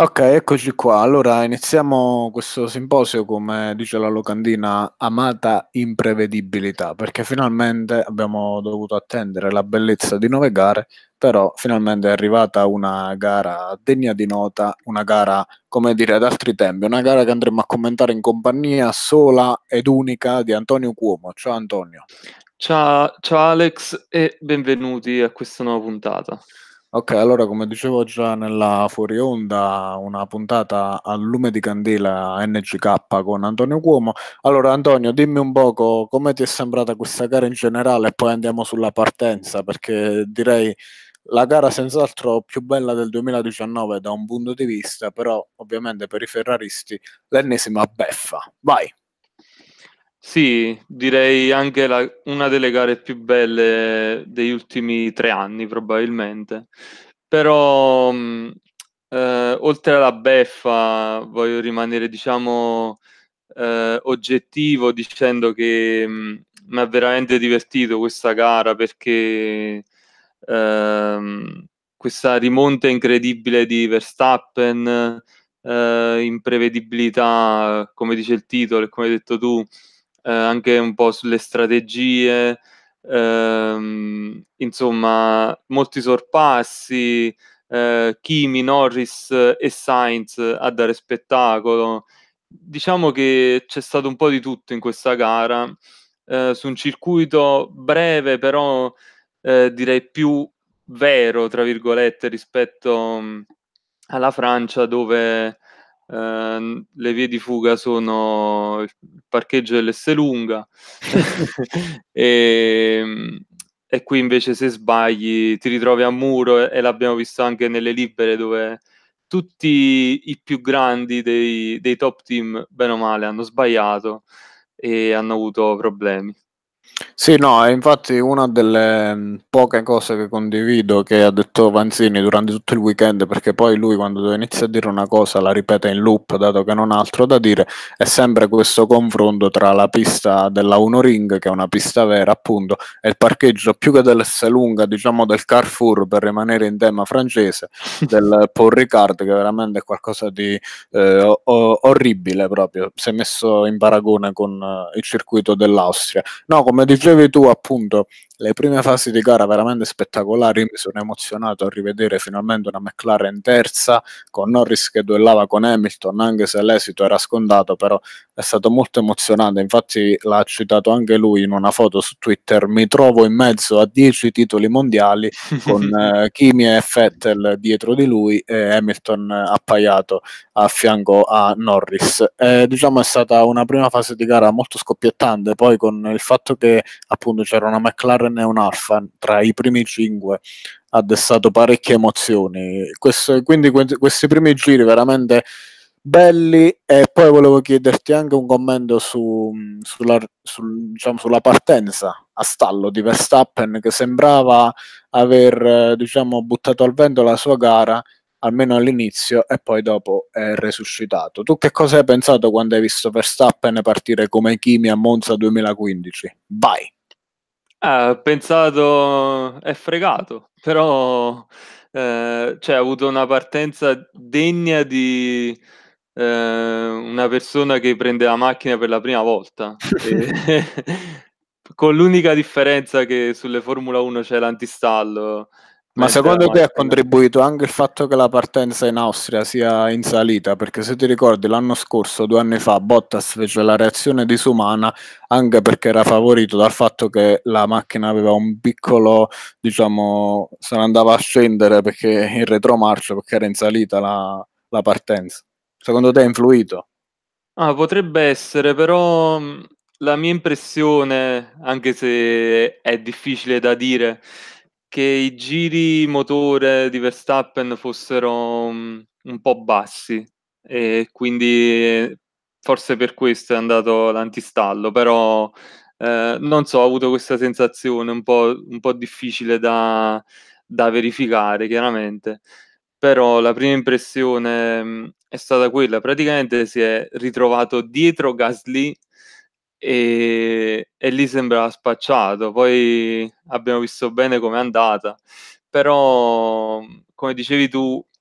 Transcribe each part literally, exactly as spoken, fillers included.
Ok, eccoci qua. Allora iniziamo questo simposio, come dice la locandina, amata imprevedibilità, perché finalmente abbiamo dovuto attendere la bellezza di nove gare, però finalmente è arrivata una gara degna di nota, una gara, come dire, ad altri tempi, una gara che andremo a commentare in compagnia sola ed unica di Antonio Cuomo. Ciao Antonio. Ciao, ciao Alex e benvenuti a questa nuova puntata. Ok, allora come dicevo già nella fuori onda, una puntata a lume di candela N G K con Antonio Cuomo. Allora Antonio, dimmi un poco come ti è sembrata questa gara in generale e poi andiamo sulla partenza, perché direi la gara senz'altro più bella del duemiladiciannove da un punto di vista, però ovviamente per i ferraristi l'ennesima beffa. Vai. Sì, direi anche la- una delle gare più belle degli ultimi tre anni, probabilmente. Però, mh, eh, oltre alla beffa, voglio rimanere, diciamo, eh, oggettivo dicendo che mh, mi ha veramente divertito questa gara perché ehm, questa rimonta incredibile di Verstappen, eh, imprevedibilità, come dice il titolo e come hai detto tu, eh, anche un po' sulle strategie, ehm, insomma, molti sorpassi, eh, Kimi, Norris e Sainz a dare spettacolo. Diciamo che c'è stato un po' di tutto in questa gara, eh, su un circuito breve, però eh, direi più vero, tra virgolette, rispetto mh, alla Francia, dove ehm, le vie di fuga sono il parcheggio dell'Esselunga e, e qui invece se sbagli ti ritrovi a muro e, e l'abbiamo visto anche nelle libere dove tutti i più grandi dei, dei top team, bene o male, hanno sbagliato e hanno avuto problemi. Sì, no, è infatti una delle mh, poche cose che condivido che ha detto Vanzini durante tutto il weekend, perché poi lui quando inizia a dire una cosa la ripete in loop, dato che non ha altro da dire, è sempre questo confronto tra la pista della Uno Ring, che è una pista vera appunto, e il parcheggio più che dell'Esselunga, diciamo del Carrefour, per rimanere in tema francese, del Paul Ricard, che veramente è qualcosa di eh, o- o- orribile proprio, se messo in paragone con eh, il circuito dell'Austria. No, come dicevi tu, appunto, le prime fasi di gara veramente spettacolari. Mi sono emozionato a rivedere finalmente una McLaren terza con Norris che duellava con Hamilton, anche se l'esito era scontato, però è stato molto emozionante. Infatti, l'ha citato anche lui in una foto su Twitter. Mi trovo in mezzo a dieci titoli mondiali con eh, Kimi e Vettel dietro di lui e Hamilton appaiato a fianco a Norris. Eh, diciamo è stata una prima fase di gara molto scoppiettante, poi con il fatto che appunto c'era una McLaren e un Alfa tra i primi cinque ha destato parecchie emozioni. Questo, quindi que- questi primi giri veramente belli e poi volevo chiederti anche un commento su, sulla, sul, diciamo, sulla partenza a stallo di Verstappen che sembrava aver eh, diciamo, buttato al vento la sua gara almeno all'inizio, e poi dopo è resuscitato. Tu che cosa hai pensato quando hai visto Verstappen partire come Kimi a Monza duemilaquindici? Vai! Eh, ho pensato, è fregato, però eh, cioè, ha avuto una partenza degna di eh, una persona che prende la macchina per la prima volta. E- con l'unica differenza che sulle Formula uno c'è l'antistallo, Ma mentre la secondo te ha macchina... contribuito anche il fatto che la partenza in Austria sia in salita? Perché se ti ricordi l'anno scorso, due anni fa, Bottas fece la reazione disumana anche perché era favorito dal fatto che la macchina aveva un piccolo, diciamo, se ne andava a scendere perché in retromarcia, perché era in salita la, la partenza. Secondo te ha influito? Ah, potrebbe essere, però mh, la mia impressione, anche se è difficile da dire, che i giri motore di Verstappen fossero mh, un po' bassi e quindi forse per questo è andato l'antistallo, però eh, non so, ho avuto questa sensazione un po', un po' difficile da, da verificare, chiaramente. Però la prima impressione mh, è stata quella, praticamente si è ritrovato dietro Gasly e, e lì sembrava spacciato. Poi abbiamo visto bene com'è andata, però come dicevi tu,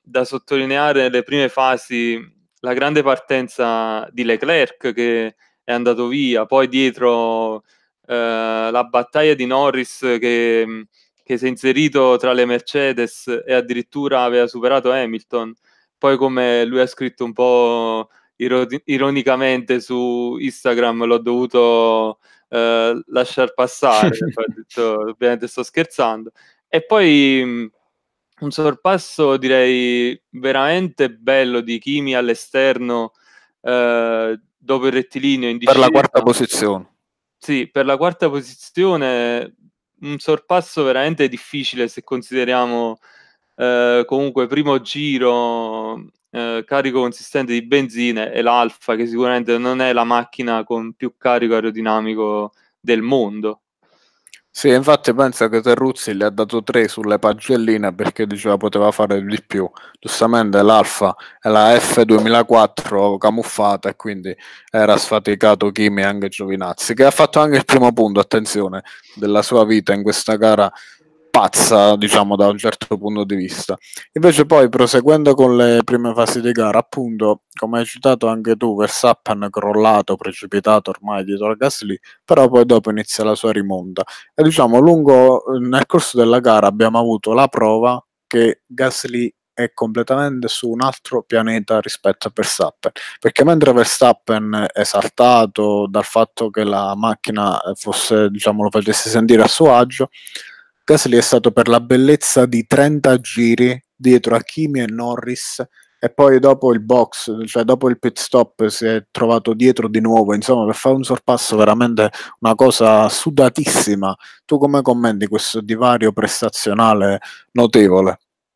da sottolineare le prime fasi, la grande partenza di Leclerc che è andato via, poi dietro eh, la battaglia di Norris che, che si è inserito tra le Mercedes e addirittura aveva superato Hamilton. Poi, come lui ha scritto un po' ironicamente su Instagram, l'ho dovuto eh, lasciar passare, ho detto, ovviamente sto scherzando. E poi mh, un sorpasso direi veramente bello di Kimi all'esterno eh, dopo il rettilineo in Per la quarta discesa. posizione. Sì, per la quarta posizione un sorpasso veramente difficile se consideriamo eh, comunque primo giro, eh, carico consistente di benzina e l'Alfa che sicuramente non è la macchina con più carico aerodinamico del mondo. Sì, infatti pensa che Terruzzi gli ha dato tre sulle pagelline perché diceva poteva fare di più. Giustamente l'Alfa è la F duemilaquattro camuffata e quindi era sfaticato Kimi e anche Giovinazzi, che ha fatto anche il primo punto, attenzione, della sua vita in questa gara pazza, diciamo, da un certo punto di vista. Invece poi, proseguendo con le prime fasi di gara, appunto, come hai citato anche tu, Verstappen crollato, precipitato ormai dietro a Gasly, però poi dopo inizia la sua rimonta. E diciamo, lungo nel corso della gara abbiamo avuto la prova che Gasly è completamente su un altro pianeta rispetto a Verstappen, perché mentre Verstappen è esaltato dal fatto che la macchina fosse, diciamo, lo facesse sentire a suo agio, Gasly è stato per la bellezza di trenta giri dietro a Kimi e Norris e poi dopo il box, cioè dopo il pit stop si è trovato dietro di nuovo, insomma, per fare un sorpasso veramente una cosa sudatissima. Tu come commenti questo divario prestazionale notevole?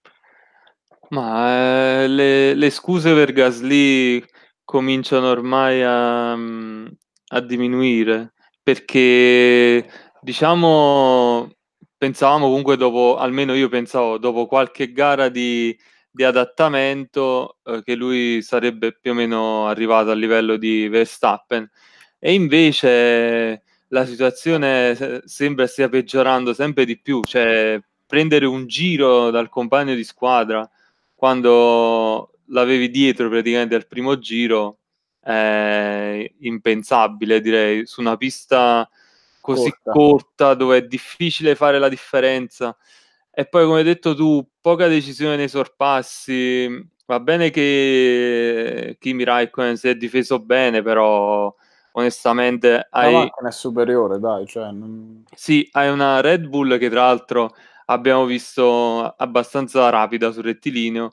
Ma eh, le, le scuse per Gasly cominciano ormai a, a diminuire perché diciamo pensavamo comunque dopo, almeno io pensavo dopo qualche gara di, di adattamento eh, che lui sarebbe più o meno arrivato al livello di Verstappen e invece la situazione se- sembra stia peggiorando sempre di più, cioè prendere un giro dal compagno di squadra quando l'avevi dietro praticamente al primo giro è impensabile, direi, su una pista così Corta. corta dove è difficile fare la differenza. E poi, come hai detto tu, poca decisione nei sorpassi. Va bene che Kimi Raikkonen si è difeso bene, però onestamente La hai macchina è superiore, dai, cioè, non- sì, hai una Red Bull che tra l'altro abbiamo visto abbastanza rapida sul rettilineo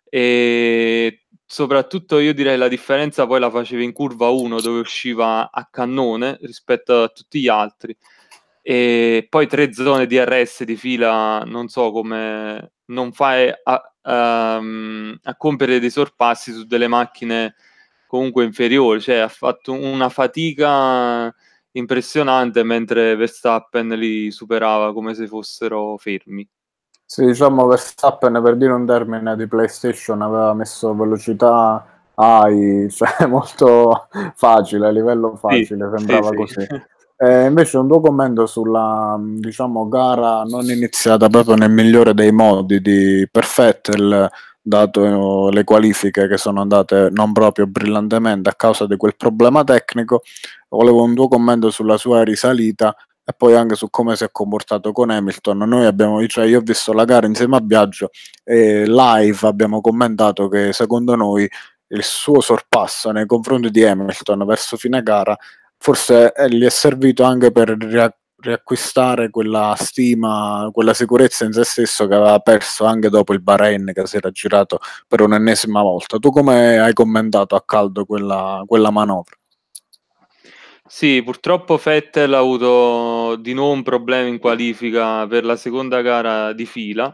e soprattutto io direi la differenza poi la facevi in curva uno dove usciva a cannone rispetto a tutti gli altri e poi tre zone D R S di fila, non so come non fai a, a, a compiere dei sorpassi su delle macchine comunque inferiori, cioè ha fatto una fatica impressionante mentre Verstappen li superava come se fossero fermi. Sì, diciamo Verstappen per dire un termine di PlayStation aveva messo velocità high, cioè molto facile, a livello Sì, facile, sì, sembrava sì. così. Eh, invece un tuo commento sulla, diciamo, gara non iniziata proprio nel migliore dei modi di per Vettel, dato le qualifiche che sono andate non proprio brillantemente a causa di quel problema tecnico, volevo un tuo commento sulla sua risalita e poi anche su come si è comportato con Hamilton. Noi abbiamo, cioè io ho visto la gara insieme a Biagio e live abbiamo commentato che secondo noi il suo sorpasso nei confronti di Hamilton verso fine gara forse eh, gli è servito anche per ria- riacquistare quella stima, quella sicurezza in se stesso che aveva perso anche dopo il Bahrain che si era girato per un'ennesima volta. Tu come hai commentato a caldo quella, quella manovra? Sì, purtroppo Vettel ha avuto di nuovo un problema in qualifica per la seconda gara di fila,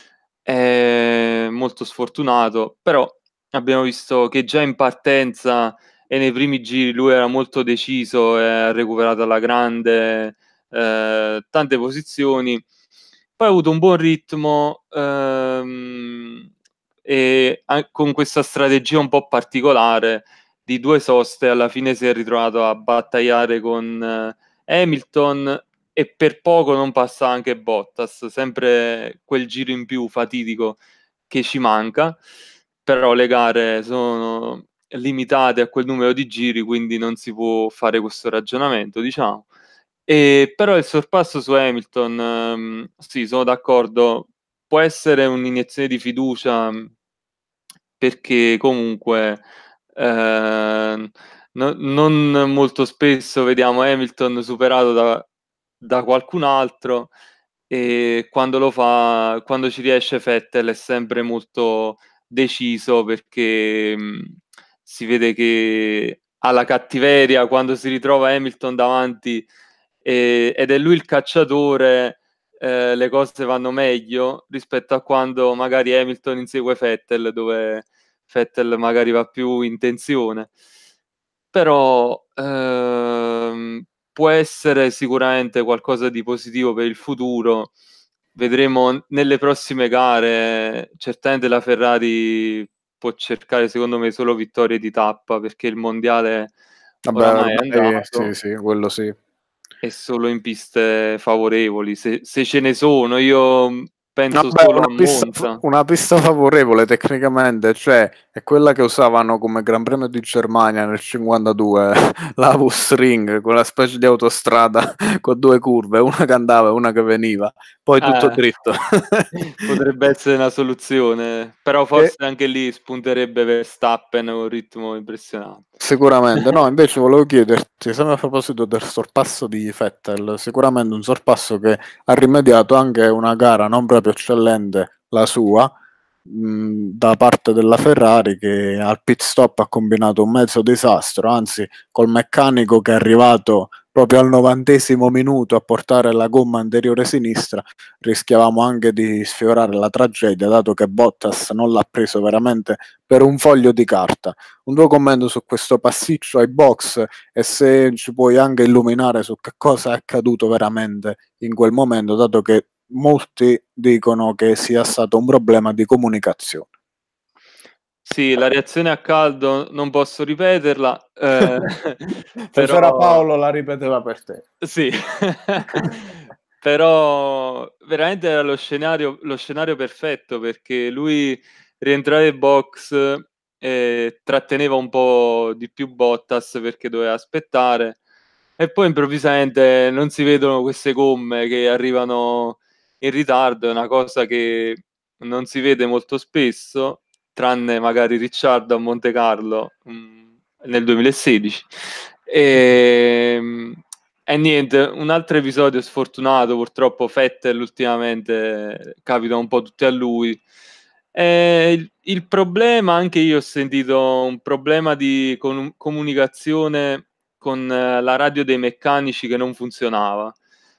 è molto sfortunato, però abbiamo visto che già in partenza e nei primi giri lui era molto deciso e ha recuperato alla grande eh, tante posizioni. Poi ha avuto un buon ritmo ehm, e a- con questa strategia un po' particolare di due soste, alla fine si è ritrovato a battagliare con eh, Hamilton e per poco non passa anche Bottas, sempre quel giro in più fatidico che ci manca, però le gare sono limitate a quel numero di giri, quindi non si può fare questo ragionamento, diciamo. E, però il sorpasso su Hamilton, ehm, sì, sono d'accordo, può essere un'iniezione di fiducia, perché comunque eh, no, non molto spesso vediamo Hamilton superato da, da qualcun altro, e quando lo fa, quando ci riesce Vettel è sempre molto deciso, perché mh, si vede che ha la cattiveria quando si ritrova Hamilton davanti, e, ed è lui il cacciatore. Eh, le cose vanno meglio rispetto a quando magari Hamilton insegue Vettel, dove Vettel magari va più in tensione. Però ehm, può essere sicuramente qualcosa di positivo per il futuro. Vedremo nelle prossime gare. Certamente la Ferrari può cercare, secondo me, solo vittorie di tappa, perché il mondiale Vabbè, oramai è ormai sì, andato, sì, quello sì. e solo in piste favorevoli, se, se ce ne sono. Io penso Vabbè, solo una a pista, Monza. una pista favorevole tecnicamente, cioè è quella che usavano come Gran Premio di Germania nel cinquantadue, la Ring, quella specie di autostrada con due curve, una che andava e una che veniva, poi tutto Eh, dritto. potrebbe essere una soluzione, però E forse anche lì spunterebbe Verstappen con un ritmo impressionante. sicuramente, no, invece volevo chiederti, sempre a proposito del sorpasso di Vettel, sicuramente un sorpasso che ha rimediato anche una gara non proprio eccellente, la sua, mh, da parte della Ferrari, che al pit stop ha combinato un mezzo disastro, anzi col meccanico che è arrivato proprio al novantesimo minuto a portare la gomma anteriore sinistra, rischiavamo anche di sfiorare la tragedia, dato che Bottas non l'ha preso veramente per un foglio di carta. Un tuo commento su questo pasticcio ai box, e se ci puoi anche illuminare su che cosa è accaduto veramente in quel momento, dato che molti dicono che sia stato un problema di comunicazione. Sì, la reazione a caldo non posso ripeterla, eh, Se c'era però Paolo la ripeteva per te. sì, però veramente era lo scenario, lo scenario perfetto, perché lui rientrava in box e tratteneva un po' di più Bottas perché doveva aspettare, e poi improvvisamente non si vedono queste gomme che arrivano in ritardo. È una cosa che non si vede molto spesso, tranne magari Ricciardo a Monte Carlo mh, nel duemilasedici. E, e niente, un altro episodio sfortunato, purtroppo Vettel ultimamente capita un po' tutti a lui. E il, il problema, anche io ho sentito un problema di con- comunicazione con eh, la radio dei meccanici che non funzionava.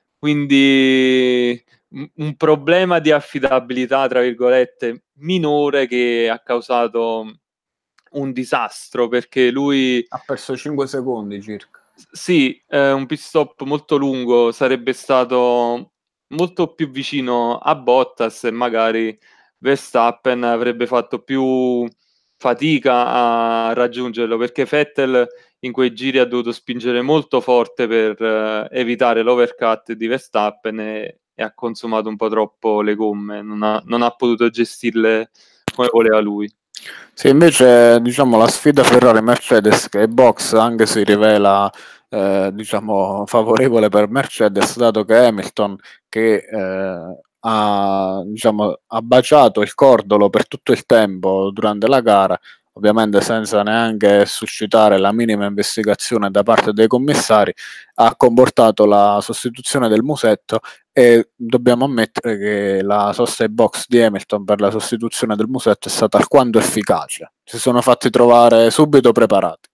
Quindi un un problema di affidabilità, tra virgolette, minore, che ha causato un disastro, perché lui Ha perso cinque secondi circa. sì, eh, un pit stop molto lungo sarebbe stato molto più vicino a Bottas, e magari Verstappen avrebbe fatto più fatica a raggiungerlo, perché Vettel in quei giri ha dovuto spingere molto forte per eh, evitare l'overcut di Verstappen, e, e ha consumato un po' troppo le gomme, non ha, non ha potuto gestirle come voleva lui. Sì, invece diciamo la sfida Ferrari-Mercedes, che è box, anche si rivela eh, diciamo favorevole per Mercedes, dato che Hamilton, che eh, ha, diciamo, ha baciato il cordolo per tutto il tempo durante la gara, ovviamente senza neanche suscitare la minima investigazione da parte dei commissari, ha comportato la sostituzione del musetto, e dobbiamo ammettere che la sosta ai box di Hamilton per la sostituzione del musetto è stata alquanto efficace. Si sono fatti trovare subito preparati.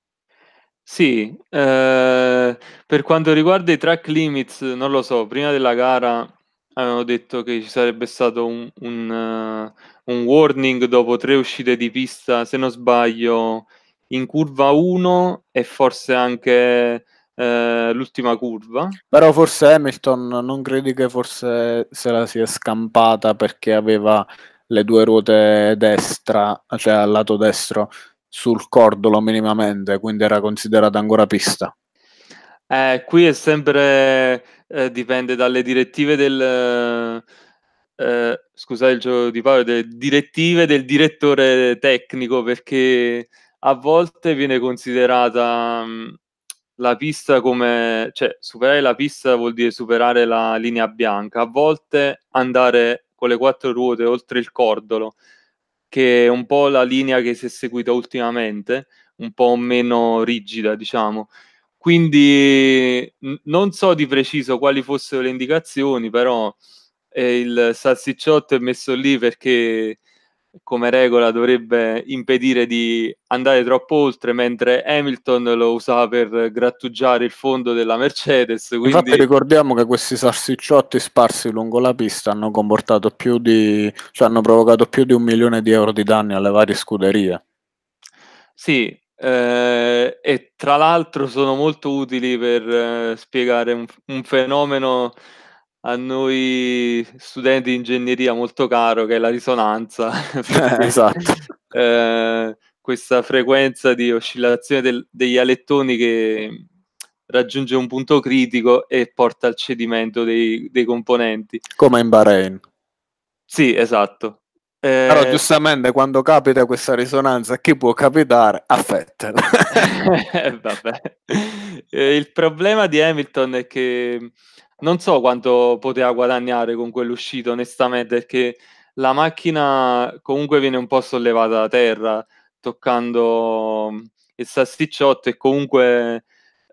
Sì, eh, per quanto riguarda i track limits, non lo so, prima della gara avevano detto che ci sarebbe stato un, un, eh, un warning dopo tre uscite di pista, se non sbaglio, in curva uno e forse anche eh, l'ultima curva. Però forse Hamilton non credi che forse se la sia scampata perché aveva le due ruote destra, cioè al lato destro, sul cordolo minimamente, quindi era considerata ancora pista. Eh, qui è sempre, eh, dipende dalle direttive del, eh, scusate il gioco di parole, delle direttive del direttore tecnico, perché a volte viene considerata mh, la pista come, cioè superare la pista vuol dire superare la linea bianca, a volte andare con le quattro ruote oltre il cordolo, che è un po' la linea che si è seguita ultimamente, un po' meno rigida, diciamo. Quindi n- non so di preciso quali fossero le indicazioni, però eh, il salsicciotto è messo lì perché come regola dovrebbe impedire di andare troppo oltre, mentre Hamilton lo usava per grattugiare il fondo della Mercedes, Infatti quindi ricordiamo che questi salsicciotti sparsi lungo la pista hanno comportato più di, cioè hanno provocato più di un milione di euro di danni alle varie scuderie. sì, eh, e tra l'altro sono molto utili per eh, spiegare un, un fenomeno a noi studenti di ingegneria molto caro, che è la risonanza, perché Esatto. eh, questa frequenza di oscillazione del- degli alettoni che raggiunge un punto critico e porta al cedimento dei, dei componenti. Come in Bahrain. Sì, esatto. Però Eh, giustamente quando capita questa risonanza, chi può capitare? A Vettel. Eh, vabbè. Eh, il problema di Hamilton è che non so quanto poteva guadagnare con quell'uscita, onestamente, perché la macchina comunque viene un po' sollevata da terra, toccando mm, il salsicciotto e comunque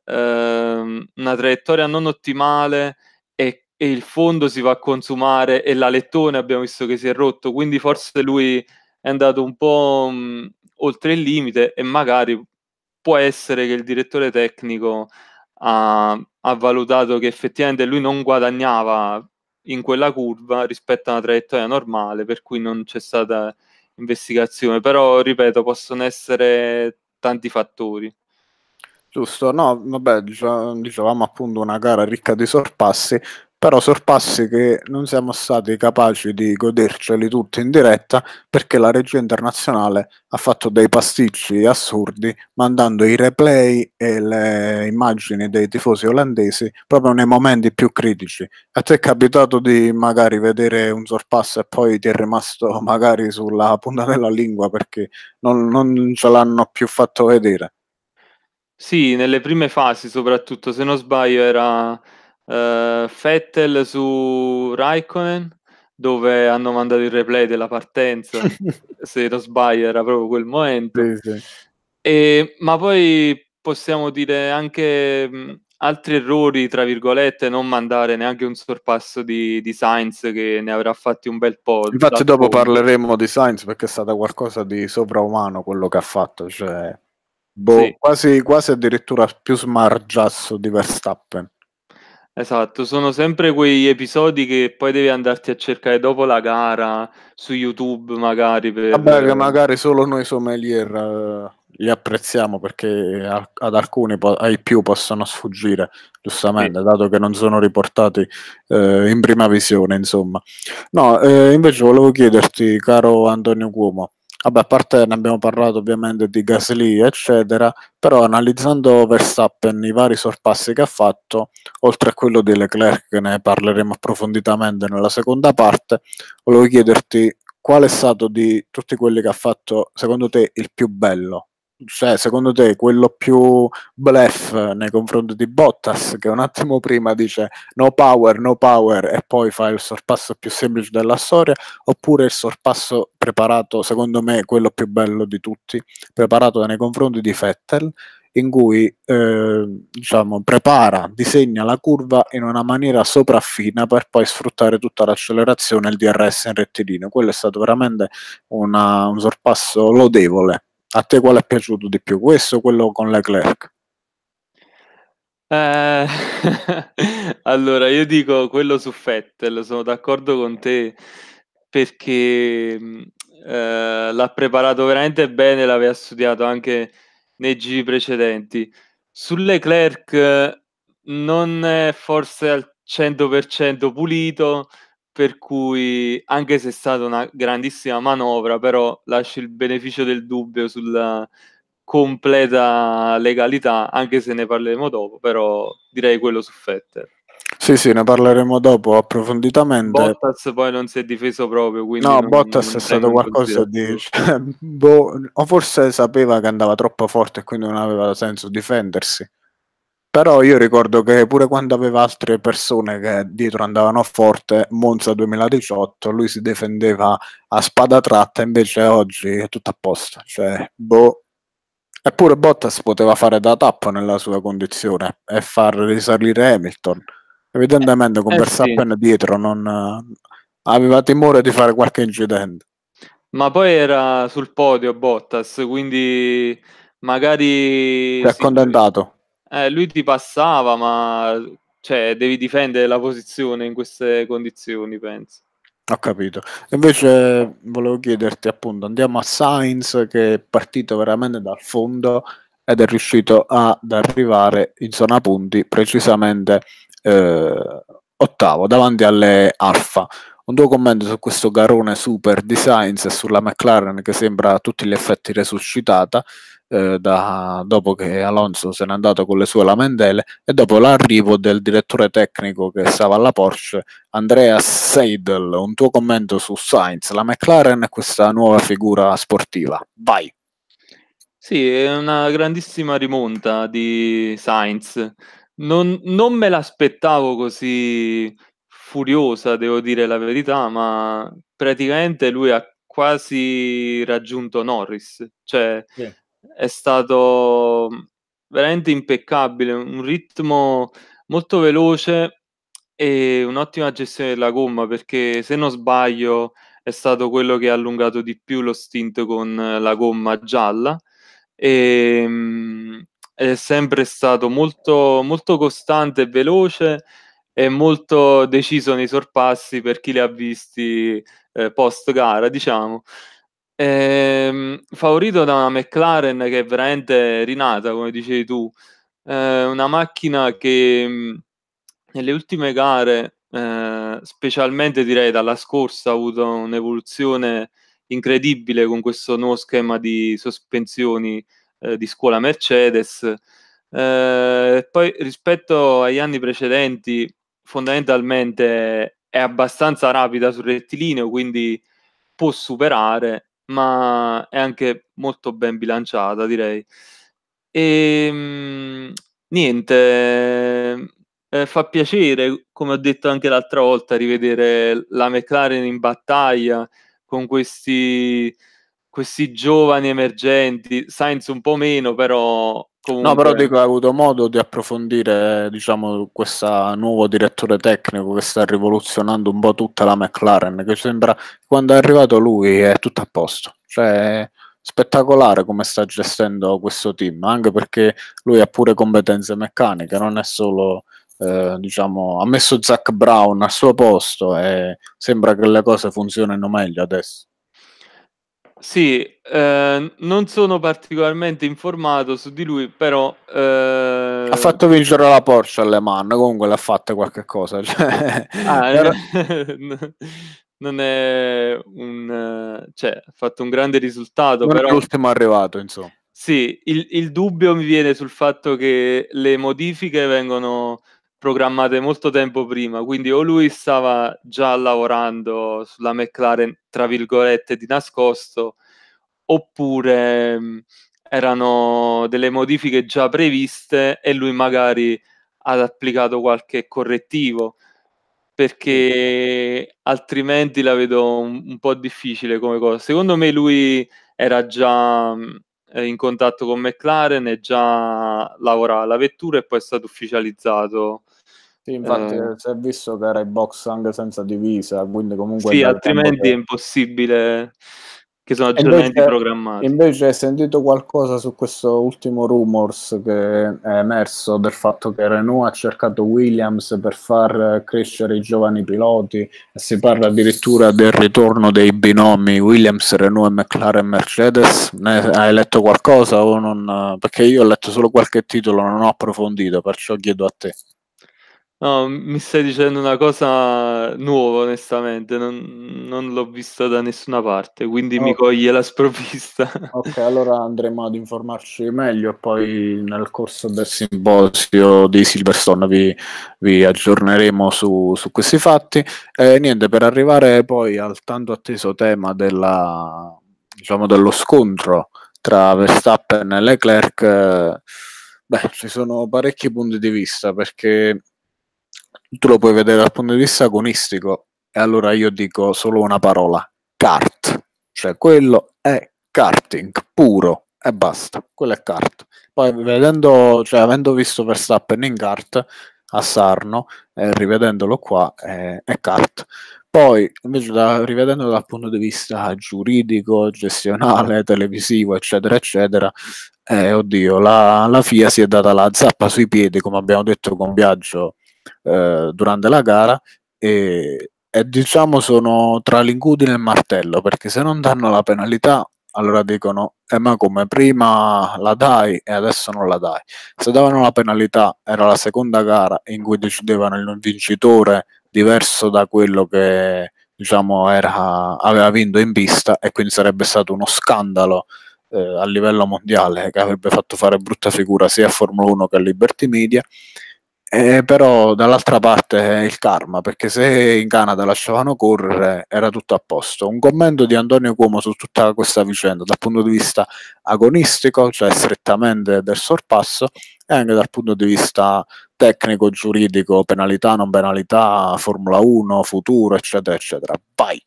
ehm, una traiettoria non ottimale e, e il fondo si va a consumare e l'alettone abbiamo visto che si è rotto, quindi forse lui è andato un po' mh, oltre il limite e magari può essere che il direttore tecnico ha, ha valutato che effettivamente lui non guadagnava in quella curva rispetto a una traiettoria normale, per cui non c'è stata investigazione. Però, ripeto, possono essere tanti fattori. Giusto, no, vabbè, dice- dicevamo appunto una gara ricca di sorpassi, però sorpassi che non siamo stati capaci di goderceli tutti in diretta perché la regia internazionale ha fatto dei pasticci assurdi mandando i replay e le immagini dei tifosi olandesi proprio nei momenti più critici. A te è capitato di magari vedere un sorpasso e poi ti è rimasto magari sulla punta della lingua perché non, non ce l'hanno più fatto vedere? Sì, nelle prime fasi soprattutto, se non sbaglio era eh, Vettel su Raikkonen, dove hanno mandato il replay della partenza, se non sbaglio era proprio quel momento. Sì, sì. E, ma poi possiamo dire anche mh, altri errori, tra virgolette, non mandare neanche un sorpasso di, di Sainz che ne avrà fatti un bel po' Infatti dal dopo fondo. parleremo di Sainz perché è stato qualcosa di sovraumano quello che ha fatto, cioè boh, Sì. quasi, quasi addirittura più smargiasso di Verstappen. Esatto, sono sempre quegli episodi che poi devi andarti a cercare dopo la gara su YouTube magari per... Vabbè, che magari solo noi sommelier eh, li apprezziamo perché a- ad alcuni, po- ai più possono sfuggire, Sì. giustamente, dato che non sono riportati eh, in prima visione, insomma. No, eh, invece volevo chiederti, caro Antonio Cuomo, vabbè, a parte ne abbiamo parlato ovviamente di Gasly, eccetera, però analizzando Verstappen, i vari sorpassi che ha fatto, oltre a quello di Leclerc, che ne parleremo approfonditamente nella seconda parte, volevo chiederti qual è stato di tutti quelli che ha fatto, secondo te, il più bello? Cioè, secondo te, quello più bluff nei confronti di Bottas, che un attimo prima dice no power, no power, e poi fa il sorpasso più semplice della storia, oppure il sorpasso preparato, secondo me, quello più bello di tutti, preparato nei confronti di Vettel, in cui eh, diciamo, prepara, disegna la curva in una maniera sopraffina per poi sfruttare tutta l'accelerazione e il D R S in rettilineo. Quello è stato veramente una, un sorpasso lodevole. A te quale è piaciuto di più, questo o quello con Leclerc? Eh, allora, io dico quello su Vettel, sono d'accordo con te perché mh, eh, l'ha preparato veramente bene, l'aveva studiato anche nei giri precedenti. Su Leclerc eh, non è forse al cento per cento pulito, per cui anche se è stata una grandissima manovra, però lascio il beneficio del dubbio sulla completa legalità, anche se ne parleremo dopo, però direi quello su Vettel. Sì, sì, ne parleremo dopo approfonditamente. Bottas poi non si è difeso proprio, quindi No, non, Bottas è non stato tengo in qualcosa di... considerazione. cioè, boh, o forse sapeva che andava troppo forte e quindi non aveva senso difendersi. Però io ricordo che pure quando aveva altre persone che dietro andavano forte, Monza duemiladiciotto, lui si difendeva a spada tratta, invece oggi è tutto a posto. Cioè, boh. Eppure Bottas poteva fare da tappa nella sua condizione e far risalire Hamilton. Evidentemente con Eh, eh sì, Verstappen dietro non aveva timore di fare qualche incidente. ma poi era sul podio Bottas, quindi Si magari è sì, lui, accontentato. eh, lui ti passava, ma cioè, devi difendere la posizione in queste condizioni, penso. Ho capito. Invece volevo chiederti appunto, andiamo a Sainz che è partito veramente dal fondo ed è riuscito ad arrivare in zona punti, precisamente eh, ottavo, davanti alle Alfa. Un tuo commento su questo garone super di Sainz e sulla McLaren che sembra a tutti gli effetti resuscitata eh, da, dopo che Alonso se n'è andato con le sue lamentele e dopo l'arrivo del direttore tecnico che stava alla Porsche, Andreas Seidel. Un tuo commento su Sainz, la McLaren e questa nuova figura sportiva. Vai. Sì, è una grandissima rimonta di Sainz. Non, non me l'aspettavo così furiosa, devo dire la verità, ma praticamente lui ha quasi raggiunto Norris. Cioè, Sì. è stato veramente impeccabile, un ritmo molto veloce e un'ottima gestione della gomma, perché se non sbaglio è stato quello che ha allungato di più lo stint con la gomma gialla. Ehm, è sempre stato molto, molto costante e veloce e molto deciso nei sorpassi per chi li ha visti eh, post gara, diciamo. Ehm, favorito da una McLaren che è veramente rinata, come dicevi tu, eh, una macchina che mh, nelle ultime gare, eh, specialmente direi dalla scorsa, ha avuto un'evoluzione incredibile con questo nuovo schema di sospensioni eh, di scuola Mercedes. Eh, poi rispetto agli anni precedenti, fondamentalmente è abbastanza rapida sul rettilineo, quindi può superare, ma è anche molto ben bilanciata, direi. E mh, niente, eh, fa piacere, come ho detto anche l'altra volta, rivedere la McLaren in battaglia con questi questi giovani emergenti, Sainz un po' meno, però No, però comunque dico, hai avuto modo di approfondire, diciamo, questo nuovo direttore tecnico che sta rivoluzionando un po' tutta la McLaren, che sembra, quando è arrivato lui, è tutto a posto. Cioè, è spettacolare come sta gestendo questo team, anche perché lui ha pure competenze meccaniche, non è solo, eh, diciamo, ha messo Zach Brown al suo posto e sembra che le cose funzionino meglio adesso. sì, eh, non sono particolarmente informato su di lui, però Ha eh, fatto vincere la Porsche alle Man, comunque l'ha fatta qualche cosa. Cioè, ah, era- non è un cioè, ha fatto un grande risultato, non è però l'ultimo arrivato, insomma. sì, il, il dubbio mi viene sul fatto che le modifiche vengono programmate molto tempo prima, quindi o lui stava già lavorando sulla McLaren, tra virgolette, di nascosto, oppure mh, erano delle modifiche già previste e lui magari ha applicato qualche correttivo, Sì. perché altrimenti la vedo un, un po' difficile come cosa. Secondo me lui era già mh, in contatto con McLaren e già lavorava alla vettura e poi è stato ufficializzato. Sì, infatti Eh, eh, si è visto che era in box anche senza divisa, quindi comunque sì, da tempo altrimenti è che... impossibile che sono E aggiornamenti invece, programmati. invece hai sentito qualcosa su questo ultimo rumors che è emerso del fatto che Renault ha cercato Williams per far crescere i giovani piloti e si parla addirittura del ritorno dei binomi Williams, Renault e McLaren Mercedes? Ne hai letto qualcosa o non? Perché io ho letto solo qualche titolo, non ho approfondito, perciò chiedo a te. No, mi stai dicendo una cosa nuova, onestamente, non, non l'ho vista da nessuna parte, quindi mi Oh, coglie la sprovvista. ok, allora andremo ad informarci meglio e poi nel corso del simposio di Silverstone vi, vi aggiorneremo su, su questi fatti. E niente, per arrivare poi al tanto atteso tema della, diciamo, dello scontro tra Verstappen e Leclerc, eh, beh, ci sono parecchi punti di vista perché tu lo puoi vedere dal punto di vista agonistico e allora io dico solo una parola, kart, cioè quello è karting puro e basta, quello è kart. Poi vedendo, cioè avendo visto Verstappen in kart a Sarno e rivedendolo qua è, è kart. Poi invece da, rivedendolo dal punto di vista giuridico, gestionale, televisivo, eccetera, eccetera, eh, oddio, la, la F I A si è data la zappa sui piedi, come abbiamo detto con Biagio eh, durante la gara, e, e diciamo sono tra l'incudine e il martello, perché se non danno la penalità, allora dicono, eh, ma come prima la dai e adesso non la dai. Se davano la penalità, era la seconda gara in cui decidevano il vincitore diverso da quello che diciamo era, aveva vinto in pista e quindi sarebbe stato uno scandalo eh, a livello mondiale che avrebbe fatto fare brutta figura sia a Formula uno che a Liberty Media. Eh, però dall'altra parte è il karma, perché se in Canada lasciavano correre era tutto a posto. Un commento di Antonio Cuomo su tutta questa vicenda dal punto di vista agonistico, cioè strettamente del sorpasso, e anche dal punto di vista tecnico, giuridico, penalità, non penalità, Formula uno, futuro, eccetera, eccetera. Vai!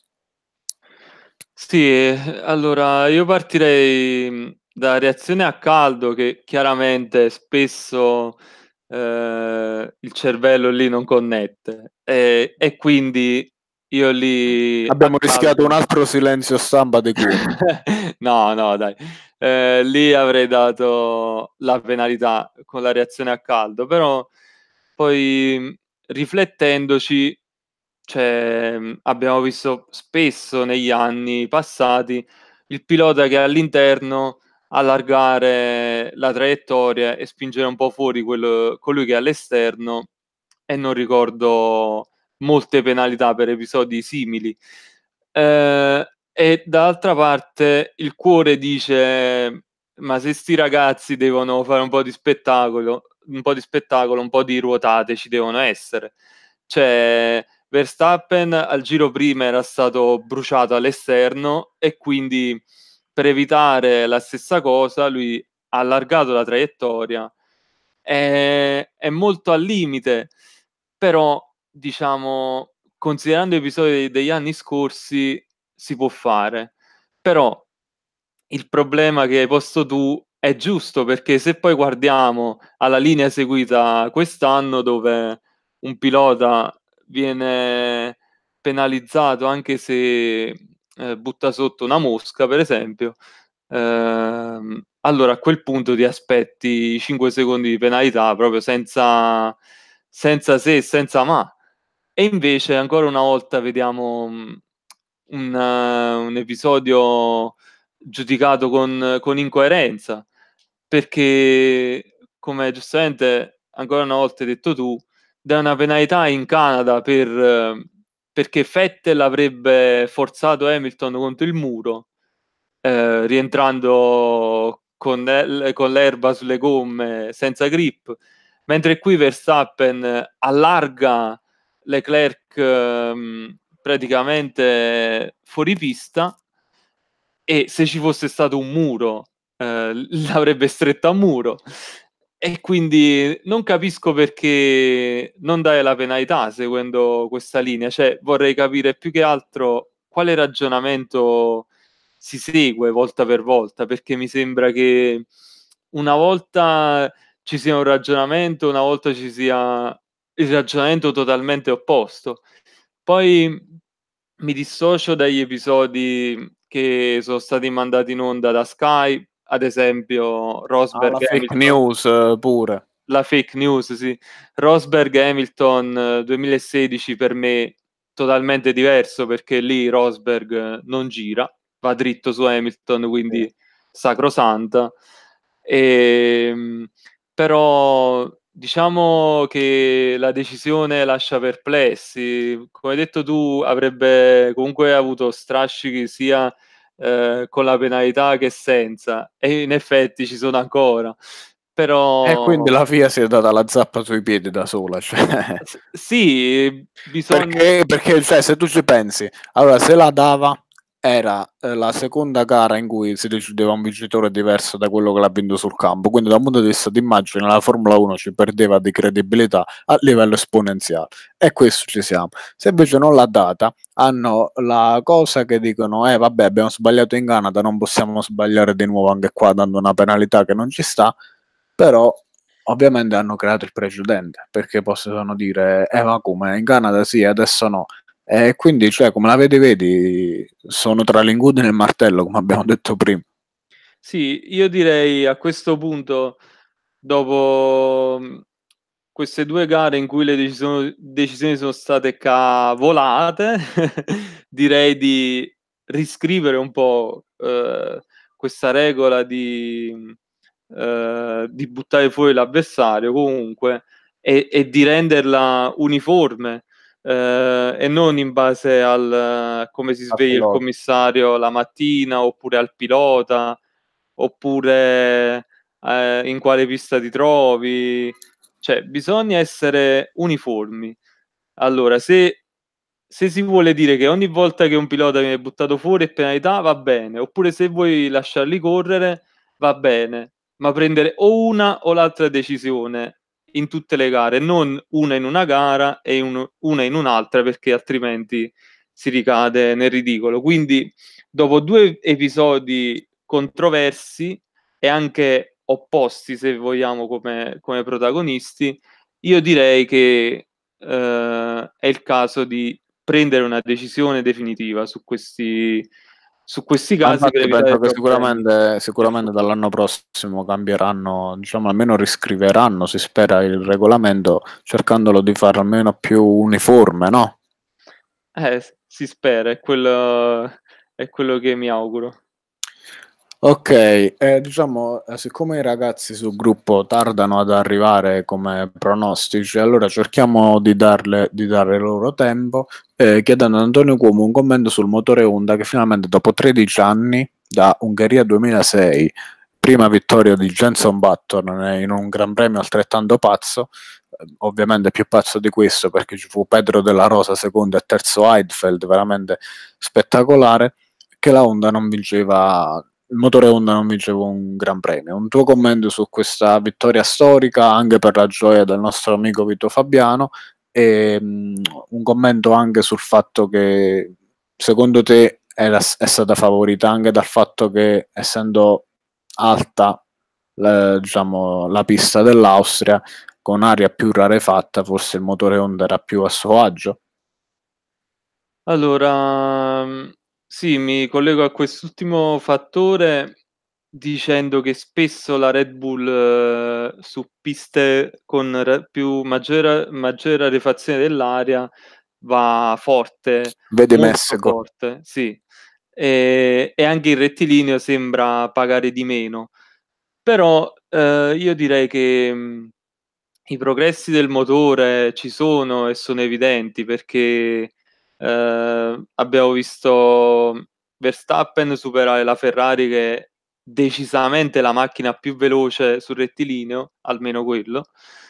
Sì, allora io partirei mh, da reazione a caldo che chiaramente spesso eh, il cervello lì non connette e, e quindi io lì a Abbiamo rischiato un caldo altro silenzio stampa di Cuomo. no, no, dai. Eh, lì avrei dato la penalità con la reazione a caldo, però poi mh, riflettendoci, cioè, mh, abbiamo visto spesso negli anni passati il pilota che all'interno allargare la traiettoria e spingere un po' fuori quello, colui che è all'esterno, e non ricordo molte penalità per episodi simili. Eh, e dall'altra parte il cuore dice: ma se sti ragazzi devono fare un po' di spettacolo, un po' di spettacolo, un po' di ruotate ci devono essere. Cioè, Verstappen al giro prima era stato bruciato all'esterno e quindi per evitare la stessa cosa lui ha allargato la traiettoria. È, è molto al limite, però diciamo, considerando episodi degli anni scorsi, si può fare. Però il problema che hai posto tu è giusto, perché se poi guardiamo alla linea seguita quest'anno, dove un pilota viene penalizzato anche se eh, butta sotto una mosca, per esempio, ehm, allora a quel punto ti aspetti cinque secondi di penalità proprio senza, senza se e senza ma. E invece ancora una volta vediamo mh, un, eh, un episodio giudicato con, con incoerenza, perché come giustamente ancora una volta hai detto tu, dà una penalità in Canada per, eh, perché Vettel avrebbe forzato Hamilton contro il muro, eh, rientrando con, l'e- con l'erba sulle gomme senza grip, mentre qui Verstappen allarga Leclerc ehm, praticamente fuori pista, e se ci fosse stato un muro eh, l'avrebbe stretto a muro, e quindi non capisco perché non dai la penalità seguendo questa linea. Cioè, vorrei capire più che altro quale ragionamento si segue volta per volta, perché mi sembra che una volta ci sia un ragionamento, una volta ci sia il ragionamento totalmente opposto. Poi mi dissocio dagli episodi che sono stati mandati in onda da Sky, ad esempio Ah, Rosberg la fake Hamilton, news eh, pure. la fake news, sì. Rosberg Hamilton eh, duemilasedici per me totalmente diverso, perché lì Rosberg eh, non gira, va dritto su Hamilton, Sì. quindi sacrosanta. E, però diciamo che la decisione lascia perplessi. Come hai detto tu, avrebbe comunque avuto strascichi sia eh, con la penalità che senza, e in effetti ci sono ancora. E quindi Però la FIA si è data la zappa sui piedi da sola, cioè. s- sì, bisogna. Perché, perché cioè, se tu ci pensi, allora se la dava era eh, la seconda gara in cui si decideva un vincitore diverso da quello che l'ha vinto sul campo, quindi da un punto di vista di immagine la Formula uno ci perdeva di credibilità a livello esponenziale e questo ci siamo. Se invece non l'ha data, hanno la cosa che dicono, eh vabbè abbiamo sbagliato in Canada, non possiamo sbagliare di nuovo anche qua dando una penalità che non ci sta, però ovviamente hanno creato il precedente perché possono dire eh ma come in Canada sì adesso no e quindi cioè come la vedi vedi sono tra l'ingudine e il martello come abbiamo detto prima. Sì, io direi a questo punto, dopo mh, queste due gare in cui le decisioni, decisioni sono state cavolate, direi di riscrivere un po' eh, questa regola di, mh, eh, di buttare fuori l'avversario comunque e, e di renderla uniforme. Eh, e non in base al come si A sveglia il pilota. commissario la mattina oppure al pilota oppure eh, in quale pista ti trovi, cioè bisogna essere uniformi. Allora, se, se si vuole dire che ogni volta che un pilota viene buttato fuori è penalità, va bene, oppure se vuoi lasciarli correre, va bene, ma prendere o una o l'altra decisione in tutte le gare, non una in una gara e un- una in un'altra, perché altrimenti si ricade nel ridicolo. Quindi, dopo due episodi controversi e anche opposti, se vogliamo, come, come protagonisti, io direi che eh, è il caso di prendere una decisione definitiva su questi, su questi Ma casi per infatti evitare penso che problemi sicuramente, in sicuramente futuro. dall'anno prossimo cambieranno, diciamo almeno riscriveranno, si spera, il regolamento cercandolo di fare almeno più uniforme, no? Eh, s- si spera, è quello, è quello che mi auguro. Ok, eh, diciamo, eh, siccome i ragazzi sul gruppo tardano ad arrivare come pronostici, allora cerchiamo di darle, di dare loro tempo, eh, chiedendo ad Antonio Cuomo un commento sul motore Honda che finalmente dopo tredici anni, da Ungheria duemilasei, prima vittoria di Jenson Button eh, in un Gran Premio altrettanto pazzo, eh, ovviamente più pazzo di questo perché ci fu Pedro della Rosa secondo e terzo Heidfeld, veramente spettacolare, che la Honda non vinceva il motore Honda non vinceva un Gran Premio. Un tuo commento su questa vittoria storica, anche per la gioia del nostro amico Vito Fabiano, e mh, un commento anche sul fatto che secondo te era, è stata favorita anche dal fatto che essendo alta la, diciamo, la pista dell'Austria con aria più rarefatta, forse il motore Honda era più a suo agio. Allora, mhmm, sì, mi collego a quest'ultimo fattore dicendo che spesso la Red Bull eh, su piste con ra più maggiore maggiore rarefazione dell'aria va forte, Vedi molto Messico. forte, sì. Ehm, e anche il rettilineo sembra pagare di meno. Però, ehm, io direi che, mhmm, i progressi del motore ci sono e sono evidenti perché, ehm, abbiamo visto Verstappen superare la Ferrari che è decisamente la macchina più veloce sul rettilineo, almeno quello,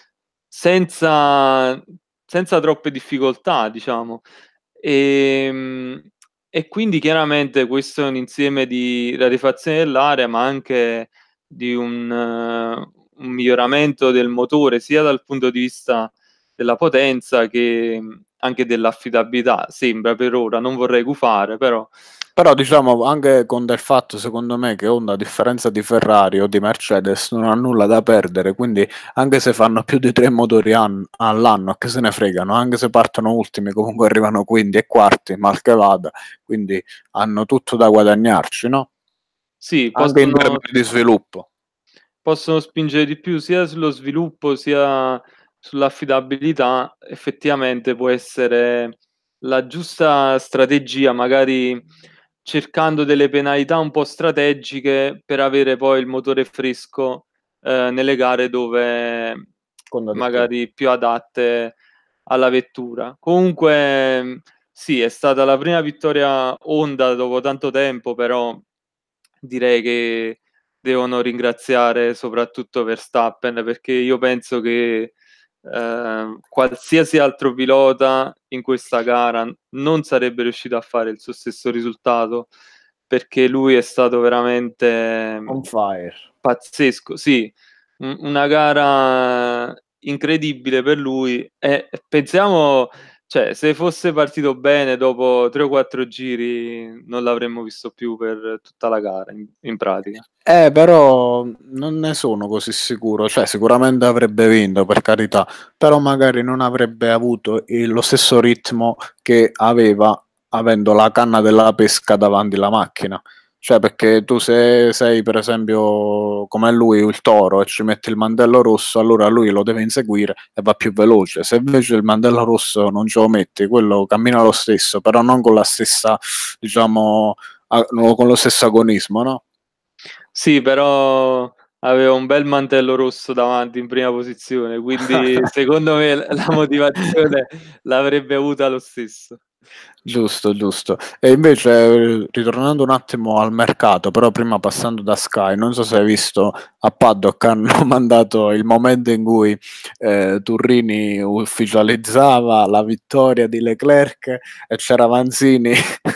senza senza troppe difficoltà diciamo. Ehm, e quindi chiaramente questo è un insieme di rarefazione dell'aria, ma anche di un eh, un miglioramento del motore, sia dal punto di vista della potenza che, mhmm, anche dell'affidabilità, sembra per ora, non vorrei gufare, però Però diciamo anche con del fatto, secondo me, che Honda, a differenza di Ferrari o di Mercedes, non ha nulla da perdere, quindi anche se fanno più di tre motori an- all'anno, che se ne fregano, anche se partono ultimi, comunque arrivano quinti e quarti, mal che vada, quindi hanno tutto da guadagnarci, no? sì, Anche in possono termini di sviluppo. possono spingere di più sia sullo sviluppo, sia sull'affidabilità. Effettivamente può essere la giusta strategia, magari cercando delle penalità un po' strategiche per avere poi il motore fresco, ehm, nelle gare dove magari più adatte alla vettura. Comunque sì, è stata la prima vittoria Honda dopo tanto tempo, però direi che devono ringraziare soprattutto Verstappen, perché io penso che eh, qualsiasi altro pilota in questa gara non sarebbe riuscito a fare il suo stesso risultato, perché lui è stato veramente on fire, pazzesco. Sì, una gara incredibile per lui e pensiamo, cioè, se fosse partito bene dopo tre o quattro giri non l'avremmo visto più per tutta la gara in, in pratica. Eh, però non ne sono così sicuro, cioè sicuramente avrebbe vinto, per carità, però magari non avrebbe avuto il- lo stesso ritmo che aveva avendo la canna della pesca davanti alla macchina. Cioè, perché tu se sei per esempio come lui il toro e ci metti il mantello rosso, allora lui lo deve inseguire e va più veloce. Se invece il mantello rosso non ce lo metti, quello cammina lo stesso, però non con la stessa, diciamo, a- no, con lo stesso agonismo, no? Sì, però aveva un bel mantello rosso davanti in prima posizione, quindi secondo me la motivazione l'avrebbe avuta lo stesso. Giusto, giusto. E invece, ritornando un attimo al mercato, però prima passando da Sky, non so se hai visto a Paddock hanno mandato il momento in cui eh, Turrini ufficializzava la vittoria di Leclerc e c'era Manzini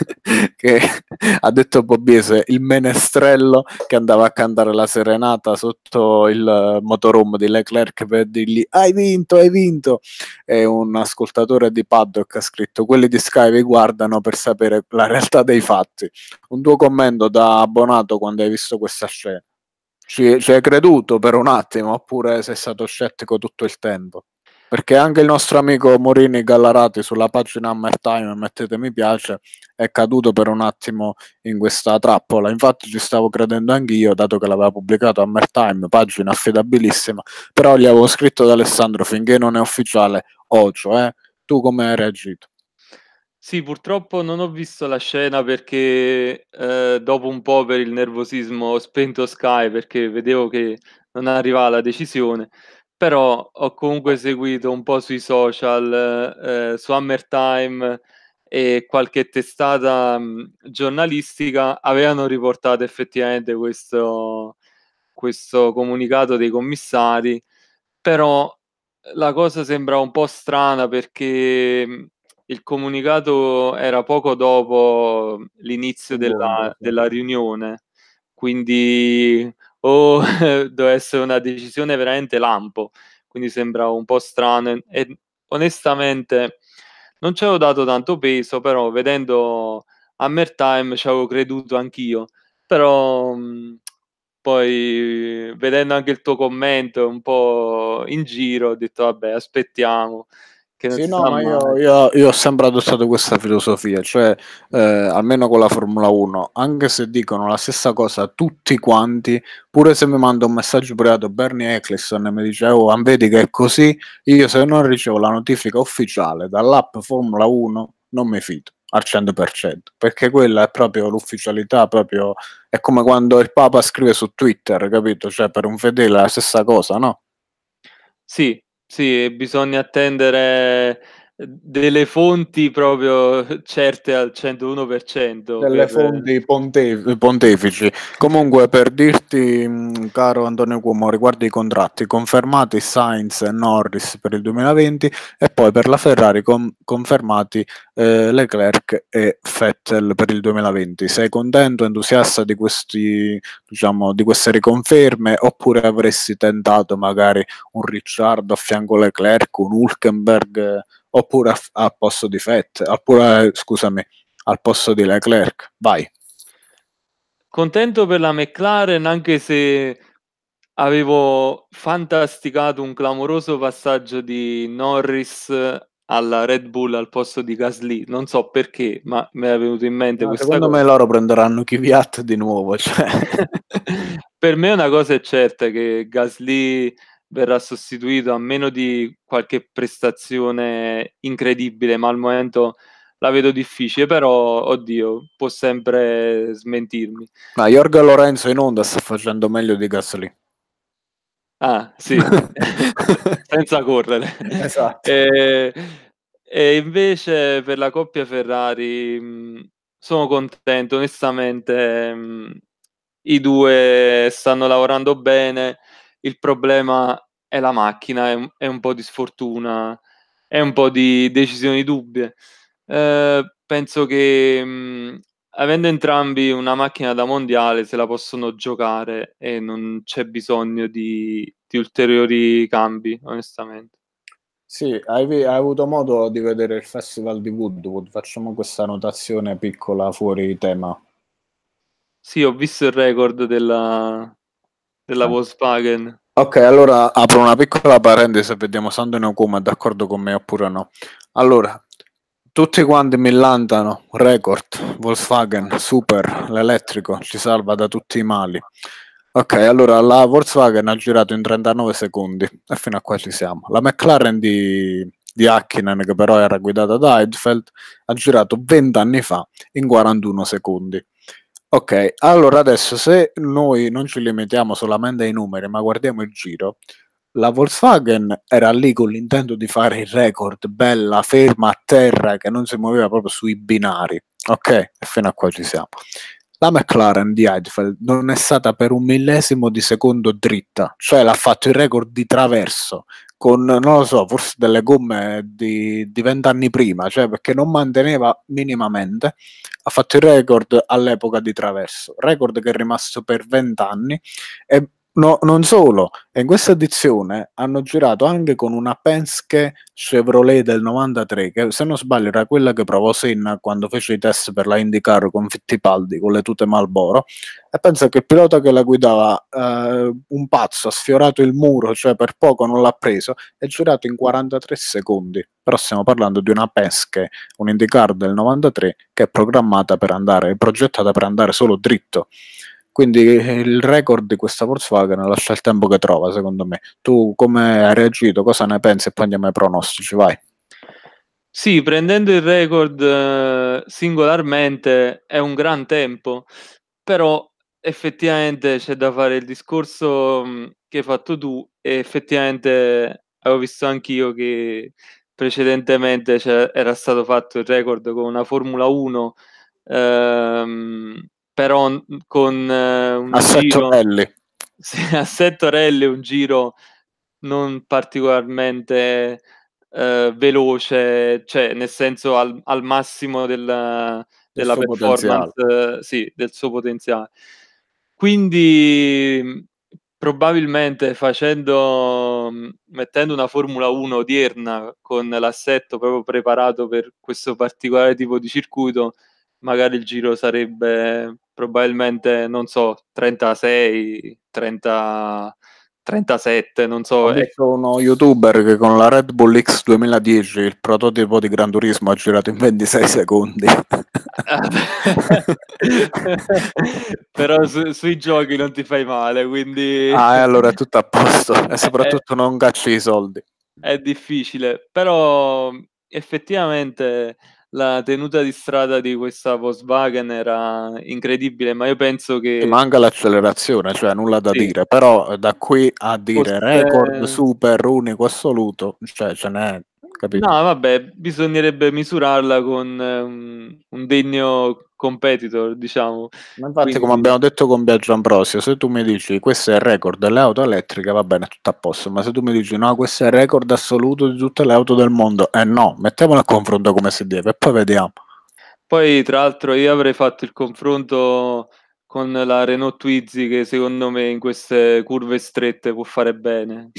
che ha detto Bobiese il menestrello che andava a cantare la serenata sotto il motorhome di Leclerc per dirgli hai vinto, hai vinto. E un ascoltatore di Paddock ha scritto quelli di Sky vi guardano per sapere la realtà dei fatti. Un tuo commento da abbonato quando hai visto questa scena? Ci, ci hai creduto per un attimo oppure sei stato scettico tutto il tempo? Perché anche il nostro amico Morini Gallarati sulla pagina Hammertime, mettete mi piace, è caduto per un attimo in questa trappola. Infatti ci stavo credendo anch'io, dato che l'aveva pubblicato Hammertime, pagina affidabilissima, però gli avevo scritto ad Alessandro finché non è ufficiale, ocio, eh? Tu come hai reagito? Sì, purtroppo non ho visto la scena perché eh, dopo un po' per il nervosismo ho spento Sky perché vedevo che non arrivava la decisione, però ho comunque seguito un po' sui social, eh, su Hammertime e qualche testata mh, giornalistica avevano riportato effettivamente questo, questo comunicato dei commissari, però la cosa sembra un po' strana perché mh, il comunicato era poco dopo l'inizio della, Incontro, sì. della riunione, quindi o doveva essere una decisione veramente lampo, quindi sembra un po' strano e, e onestamente non ci avevo dato tanto peso, però vedendo Hammer Time ci avevo creduto anch'io, però mh, poi vedendo anche il tuo commento un po' in giro ho detto vabbè aspettiamo che non Sì, si no, sa ma mai. io, io- io ho sempre adottato questa filosofia, cioè eh, almeno con la Formula uno, anche se dicono la stessa cosa tutti quanti, pure se mi manda un messaggio privato Bernie Eccleston e mi dice oh, vedi che è così, io se non ricevo la notifica ufficiale dall'app Formula uno non mi fido al cento per cento, perché quella è proprio l'ufficialità, proprio è come quando il Papa scrive su Twitter, capito? Cioè per un fedele è la stessa cosa, no? Sì, sì, bisogna attendere delle fonti proprio certe al centouno per cento Delle per... fonti ponte- pontefici. Comunque, per dirti, mh, caro Antonio Cuomo, riguardo i contratti, confermati Sainz e Norris per il duemilaventi e poi per la Ferrari con- confermati eh, Leclerc e Vettel per il duemilaventi. Sei contento, entusiasta di questi, diciamo, di queste riconferme oppure avresti tentato magari un Ricciardo a fianco Leclerc, un Hulkenberg eh, oppure a, a posto di Vettel, oppure, eh, scusami, al posto di Leclerc. Vai. Contento per la McLaren, anche se avevo fantasticato un clamoroso passaggio di Norris alla Red Bull al posto di Gasly. Non so perché, ma mi è venuto in mente No, questa secondo me cosa. loro prenderanno Kvyat di nuovo. Cioè. Per me una cosa è certa, che Gasly verrà sostituito a meno di qualche prestazione incredibile, ma al momento la vedo difficile, però oddio, può sempre smentirmi. Ma Jorge Lorenzo in onda sta facendo meglio di Gasly. Ah, sì, senza correre. Esatto. E e invece per la coppia Ferrari, mhmm, sono contento onestamente, mhmm, i due stanno lavorando bene, il problema è la macchina, è un è un po' di sfortuna, è un po' di decisioni dubbie. Ehm, penso che, mhmm, avendo entrambi una macchina da mondiale se la possono giocare e non c'è bisogno di di ulteriori cambi, onestamente. Sì, hai vi hai avuto modo di vedere il festival di Goodwood? Facciamo questa notazione piccola fuori tema. Sì, ho visto il record della della Eh. Volkswagen. Ok, allora apro una piccola parentesi e vediamo se Antonio Kuma è d'accordo con me oppure no. Allora, tutti quanti millantano, record, Volkswagen, super, l'elettrico, ci salva da tutti i mali. Ok, allora la Volkswagen ha girato in trentanove secondi e fino a qua ci siamo. La McLaren di, di Hakkinen, che però era guidata da Heidfeld, ha girato venti anni fa in quarantuno secondi. Ok, allora adesso se noi non ci limitiamo solamente ai numeri, ma guardiamo il giro, la Volkswagen era lì con l'intento di fare il record, bella, ferma a terra, che non si muoveva proprio sui binari. Ok, e fino a qua ci siamo. La McLaren di Heidfeld non è stata per un millesimo di secondo dritta, cioè l'ha fatto il record di traverso, con, non lo so, forse delle gomme di, di vent'anni prima, cioè perché non manteneva minimamente, ha fatto il record all'epoca di traverso, record che è rimasto per vent'anni e no, non solo, in questa edizione hanno girato anche con una Penske Chevrolet del novantatré, che se non sbaglio era quella che provò Senna quando fece i test per la IndyCar con Fittipaldi, con le tute Marlboro, e pensa che il pilota che la guidava, eh, un pazzo, ha sfiorato il muro, cioè per poco non l'ha preso, è girato in quarantatré secondi. Però stiamo parlando di una Penske, un IndyCar del novantatré, che è programmata per andare, progettata per andare solo dritto. Quindi il record di questa Volkswagen lascia il tempo che trova, secondo me. Tu come hai reagito? Cosa ne pensi? E poi andiamo ai pronostici, vai. Sì, prendendo il record eh, singolarmente è un gran tempo, però effettivamente c'è da fare il discorso, mhmm, che hai fatto tu e effettivamente avevo visto anch'io che precedentemente c'è era stato fatto il record con una Formula uno, ehm, però n con eh, un Assetto giro Rally. sì, assetto rally, un giro non particolarmente, ehm, veloce, cioè nel senso al al massimo del Del della suo performance potenziale. sì, del suo potenziale. Quindi, mhmm, probabilmente facendo mhmm, mettendo una Formula uno odierna con l'assetto proprio preparato per questo particolare tipo di circuito, magari il giro sarebbe probabilmente, non so, trentasei, trenta trentasette, non Ho so, e visto uno youtuber che con la Red Bull X duemiladieci, il prototipo di Gran Turismo, ha girato in ventisei secondi. però su sui giochi non ti fai male, quindi Ah, e allora è tutto a posto e è soprattutto non cacci i soldi. è difficile, però, mhmm, effettivamente la tenuta di strada di questa Volkswagen era incredibile, ma io penso Sì, che manca l'accelerazione, cioè nulla da sì, dire, però da qui a dire fosse record super unico assoluto, cioè ce n'è, no, capito? vabbè, bisognerebbe misurarla con un un degno competitor, diciamo. Ma infatti, come Quindi abbiamo detto con Biagio Ambrosio, se tu mi dici questo è il record delle auto elettriche, va bene, tutto a posto, ma se tu mi dici no, questo è il record assoluto di tutte le auto del mondo, eh no, mettiamolo a confronto come si deve e poi vediamo. poi tra l'altro io avrei fatto il confronto con la Renault Twizy che secondo me in queste curve strette può fare bene.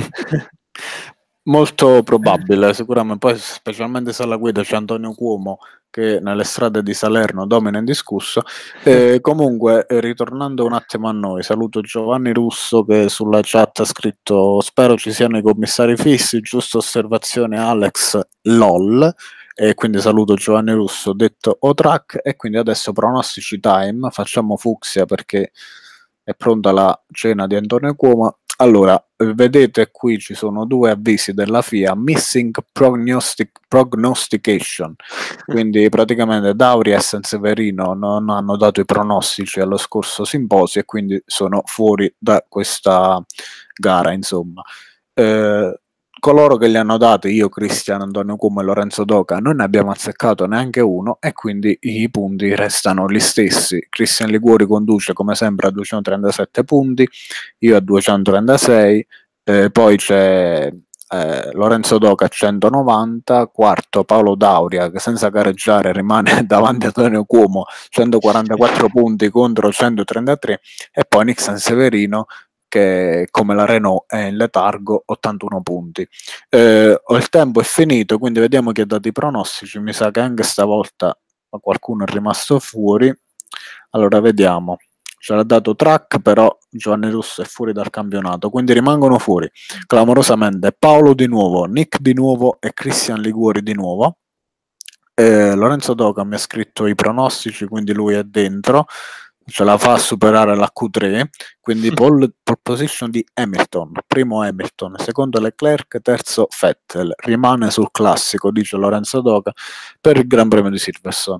Molto probabile, sicuramente, poi specialmente se alla guida c'è Antonio Cuomo che nelle strade di Salerno domina indiscusso. E comunque, eh, ritornando un attimo a noi, saluto Giovanni Russo che sulla chat ha scritto spero ci siano i commissari fissi, giusta osservazione Alex LOL, e quindi saluto Giovanni Russo detto O-Track e quindi adesso pronostici time, facciamo fucsia perché è pronta la cena di Antonio Cuomo. Allora, vedete qui ci sono due avvisi della F I A, missing prognostic, prognostication, quindi praticamente Dauri e Sanseverino non hanno dato i pronostici allo scorso simposio e quindi sono fuori da questa gara, insomma. Eh, coloro che li hanno dati, io, Cristiano, Antonio Cuomo e Lorenzo Doca, non ne abbiamo azzeccato neanche uno e quindi i punti restano gli stessi. Cristian Liguori conduce come sempre a duecentotrentasette punti, io a duecentotrentasei, eh, poi c'è eh, Lorenzo Doca a centonovanta, quarto Paolo Dauria che senza gareggiare rimane davanti a Antonio Cuomo, centoquarantaquattro punti contro centotrentatré, e poi Nick Sanseverino che come la Renault è in letargo, ottantuno punti. Eh, il tempo è finito, quindi vediamo chi ha dato i pronostici. Mi sa che anche stavolta qualcuno è rimasto fuori. Allora vediamo. Ce l'ha dato Track, però Giovanni Russo è fuori dal campionato, quindi rimangono fuori clamorosamente Paolo di nuovo, Nick di nuovo e Cristian Liguori di nuovo. Eh, Lorenzo Doca mi ha scritto i pronostici, quindi lui è dentro, ce la fa a superare la Q tre, quindi pole, pole position di Hamilton, primo Hamilton, secondo Leclerc, terzo Vettel, rimane sul classico, dice Lorenzo Doca, per il Gran Premio di Silverstone.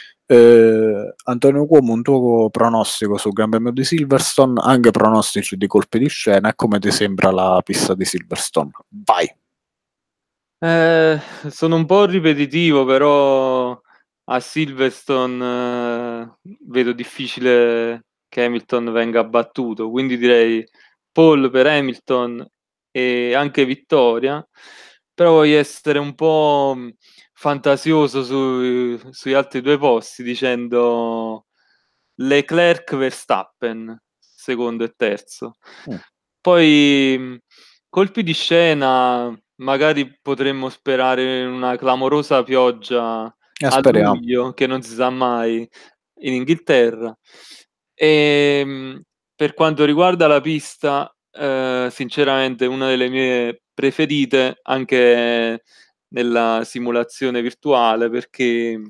Eh, Antonio Cuomo, un tuo pronostico sul Gran Premio di Silverstone, anche pronostici di colpi di scena, e come ti sembra la pista di Silverstone? Vai! Eh, sono un po' ripetitivo, però a Silverstone eh, vedo difficile che Hamilton venga battuto, quindi direi pole per Hamilton e anche vittoria, però voglio essere un po' fantasioso su, sugli altri due posti dicendo Leclerc Verstappen, secondo e terzo. Mm. Poi colpi di scena, magari potremmo sperare in una clamorosa pioggia Eh, a speriamo. luglio, che non si sa mai, in Inghilterra. E, per quanto riguarda la pista, eh, sinceramente una delle mie preferite anche nella simulazione virtuale, perché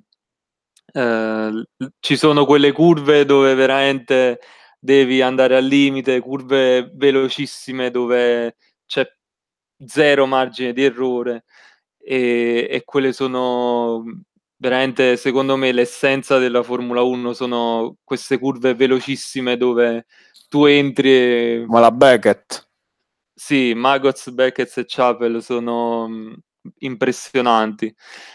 eh, ci sono quelle curve dove veramente devi andare al limite, curve velocissime dove c'è zero margine di errore e, e quelle sono veramente, secondo me, l'essenza della Formula uno, sono queste curve velocissime dove tu entri e... Ma la Beckett? Sì, Maggots, Beckett e Chapel sono mh, impressionanti.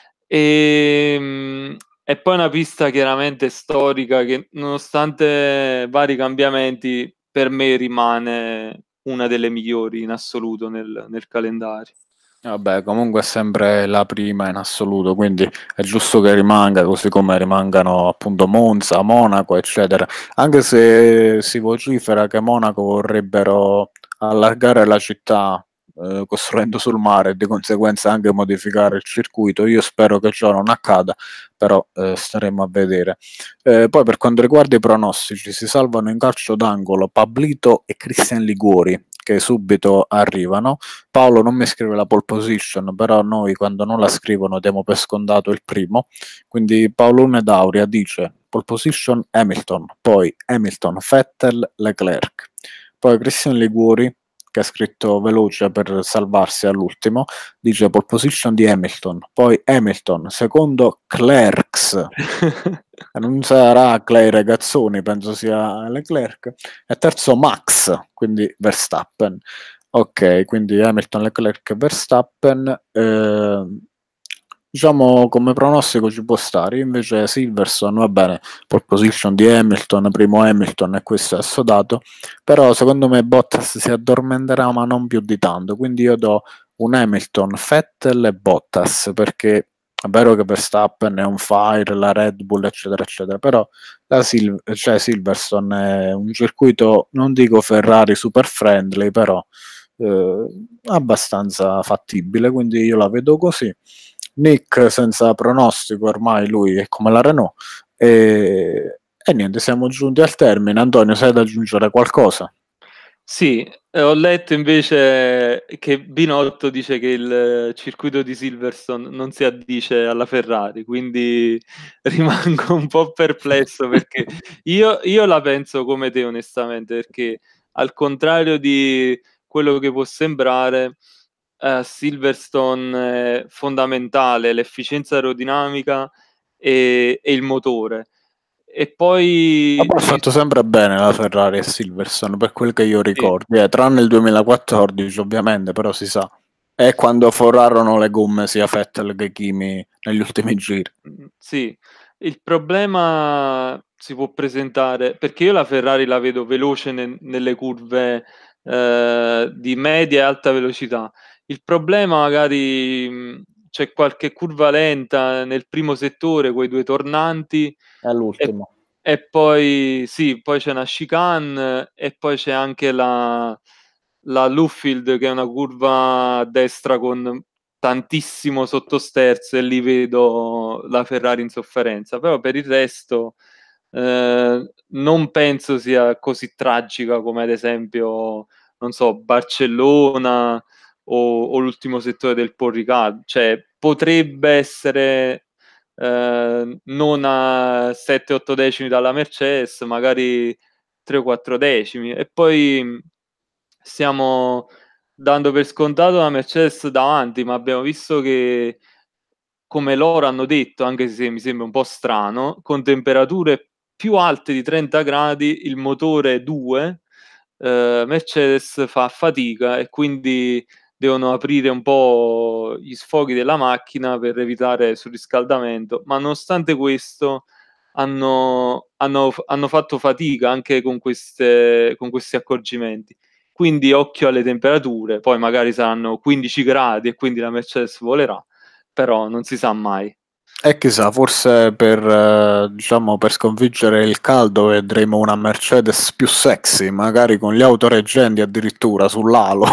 E, mh, e poi una pista chiaramente storica che, nonostante vari cambiamenti, per me rimane una delle migliori in assoluto nel, nel calendario. Vabbè, comunque è sempre la prima in assoluto, quindi è giusto che rimanga, così come rimangano appunto Monza, Monaco, eccetera. Anche se si vocifera che Monaco vorrebbero allargare la città eh, costruendo sul mare e di conseguenza anche modificare il circuito. Io spero che ciò non accada, però eh, staremo a vedere. Eh, poi per quanto riguarda i pronostici, si salvano in calcio d'angolo Pablito e Cristian Liguori, che subito arrivano. Paolo non mi scrive la pole position, però noi quando non la scrivono diamo per scontato il primo, quindi Paolone Dauria dice pole position Hamilton, poi Hamilton, Vettel, Leclerc, poi Christian Liguori che ha scritto veloce per salvarsi all'ultimo, dice pole position di Hamilton, poi Hamilton, secondo Clerks, non sarà Clay Regazzoni, penso sia Leclerc, e terzo Max, quindi Verstappen. Ok, quindi Hamilton, Leclerc e Verstappen. Eh, diciamo come pronostico ci può stare. Invece Silverstone, va bene, pole position di Hamilton, primo Hamilton e questo è assodato, però secondo me Bottas si addormenterà ma non più di tanto, quindi io do un Hamilton, Vettel e Bottas, perché è vero che Verstappen è un fire, la Red Bull eccetera eccetera, però la Sil- cioè Silverstone è un circuito, non dico Ferrari super friendly, però eh, abbastanza fattibile, quindi io la vedo così. Nick senza pronostico, ormai lui è come la Renault e, e niente, siamo giunti al termine. Antonio, sai da aggiungere qualcosa? Sì, eh, ho letto invece che Binotto dice che il circuito di Silverstone non si addice alla Ferrari, quindi rimango un po' perplesso perché io, io la penso come te onestamente, perché al contrario di quello che può sembrare, a Silverstone è fondamentale l'efficienza aerodinamica e, e il motore. E poi Vabbè, ha ci fatto sempre bene la Ferrari a Silverstone, per quel che io sì, ricordi, eh, tranne il duemilaquattordici ovviamente, però si sa. È quando forrarono le gomme sia Vettel che Kimi negli ultimi giri. mh, sì. Il problema si può presentare perché io la Ferrari la vedo veloce ne nelle curve, ehm, di media e alta velocità. Il problema magari, mhmm, c'è qualche curva lenta nel primo settore, quei due tornanti È e l'ultimo. e poi sì, poi c'è una chicane e poi c'è anche la la Luffield che è una curva a destra con tantissimo sottosterzo e lì vedo la Ferrari in sofferenza, però per il resto, ehm, non penso sia così tragica come ad esempio, non so, Barcellona o o l'ultimo settore del Paul Ricard, cioè potrebbe essere, ehm, non a sette, otto decimi dalla Mercedes, magari tre o quattro decimi. E poi, mhmm, stiamo dando per scontato la Mercedes davanti, ma abbiamo visto che, come loro hanno detto, anche se mi sembra un po' strano, con temperature più alte di trenta gradi il motore due, ehm, Mercedes fa fatica e quindi devono aprire un po' gli sfoghi della macchina per evitare surriscaldamento, ma nonostante questo hanno hanno f hanno fatto fatica anche con queste con questi accorgimenti. Quindi occhio alle temperature, poi magari saranno quindici gradi e quindi la Mercedes volerà, però non si sa mai. E chissà, forse per, eh, diciamo, per sconfiggere il caldo vedremo una Mercedes più sexy, magari con gli autoreggenti addirittura sull'alo.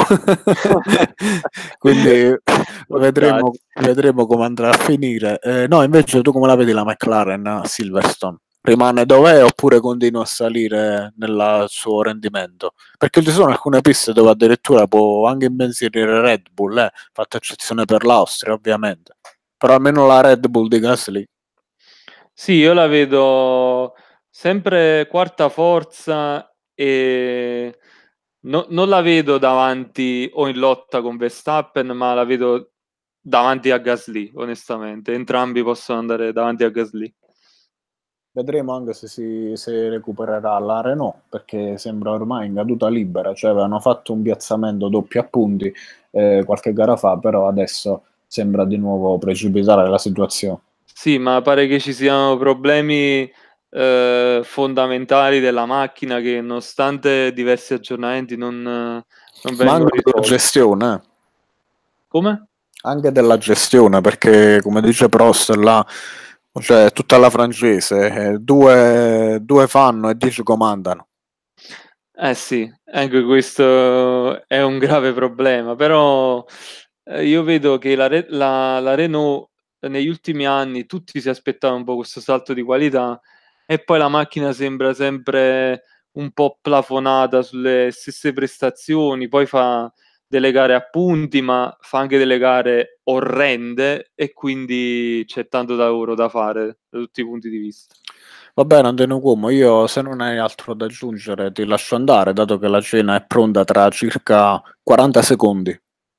Quindi Può vedremo, darsi. vedremo come andrà a finire. Eh, no, invece tu come la vedi la McLaren a Silverstone? Rimane dov'è oppure continua a salire nel suo rendimento? Perché ci sono alcune piste dove addirittura può anche impensierire Red Bull, eh, fatta eccezione per l'Austria, ovviamente. Però almeno la Red Bull di Gasly. Sì, io la vedo sempre quarta forza e no non la vedo davanti o in lotta con Verstappen, ma la vedo davanti a Gasly, onestamente. Entrambi possono andare davanti a Gasly. Vedremo anche se si se recupererà la Renault, perché sembra ormai in caduta libera, cioè avevano fatto un piazzamento doppio a punti eh, qualche gara fa, però adesso sembra di nuovo precipitare la situazione. Sì, ma pare che ci siano problemi, ehm, fondamentali della macchina che nonostante diversi aggiornamenti non non Ma vengono anche della risolti. gestione, eh. Come? Anche della gestione, perché come dice Prost là, cioè tutta la francese, eh, due, due fanno e dieci comandano. Eh sì, anche questo è un grave problema, però, ehm, io vedo che la Re la la Renault negli ultimi anni tutti si aspettavano un po' questo salto di qualità e poi la macchina sembra sempre un po' plafonata sulle stesse prestazioni, poi fa delle gare a punti, ma fa anche delle gare orrende e quindi c'è tanto lavoro da fare da tutti i punti di vista. Va bene, Antonio Cuomo, io se non hai altro da aggiungere ti lascio andare, dato che la cena è pronta tra circa quaranta secondi.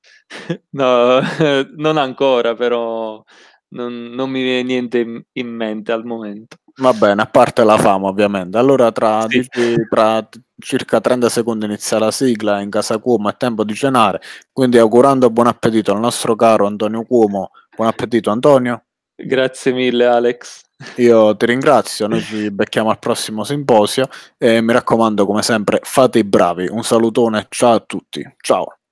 No, non ancora, però non non mi viene niente in in mente al momento. Va bene, a parte la fame ovviamente. Allora tra, Sì, dici, tra t- circa trenta secondi inizia la sigla, in casa Cuomo è tempo di cenare, quindi augurando buon appetito al nostro caro Antonio Cuomo. Buon appetito Antonio. grazie mille Alex. Io ti ringrazio, noi ci becchiamo al prossimo simposio e mi raccomando come sempre fate i bravi. Un salutone, ciao a tutti. Ciao.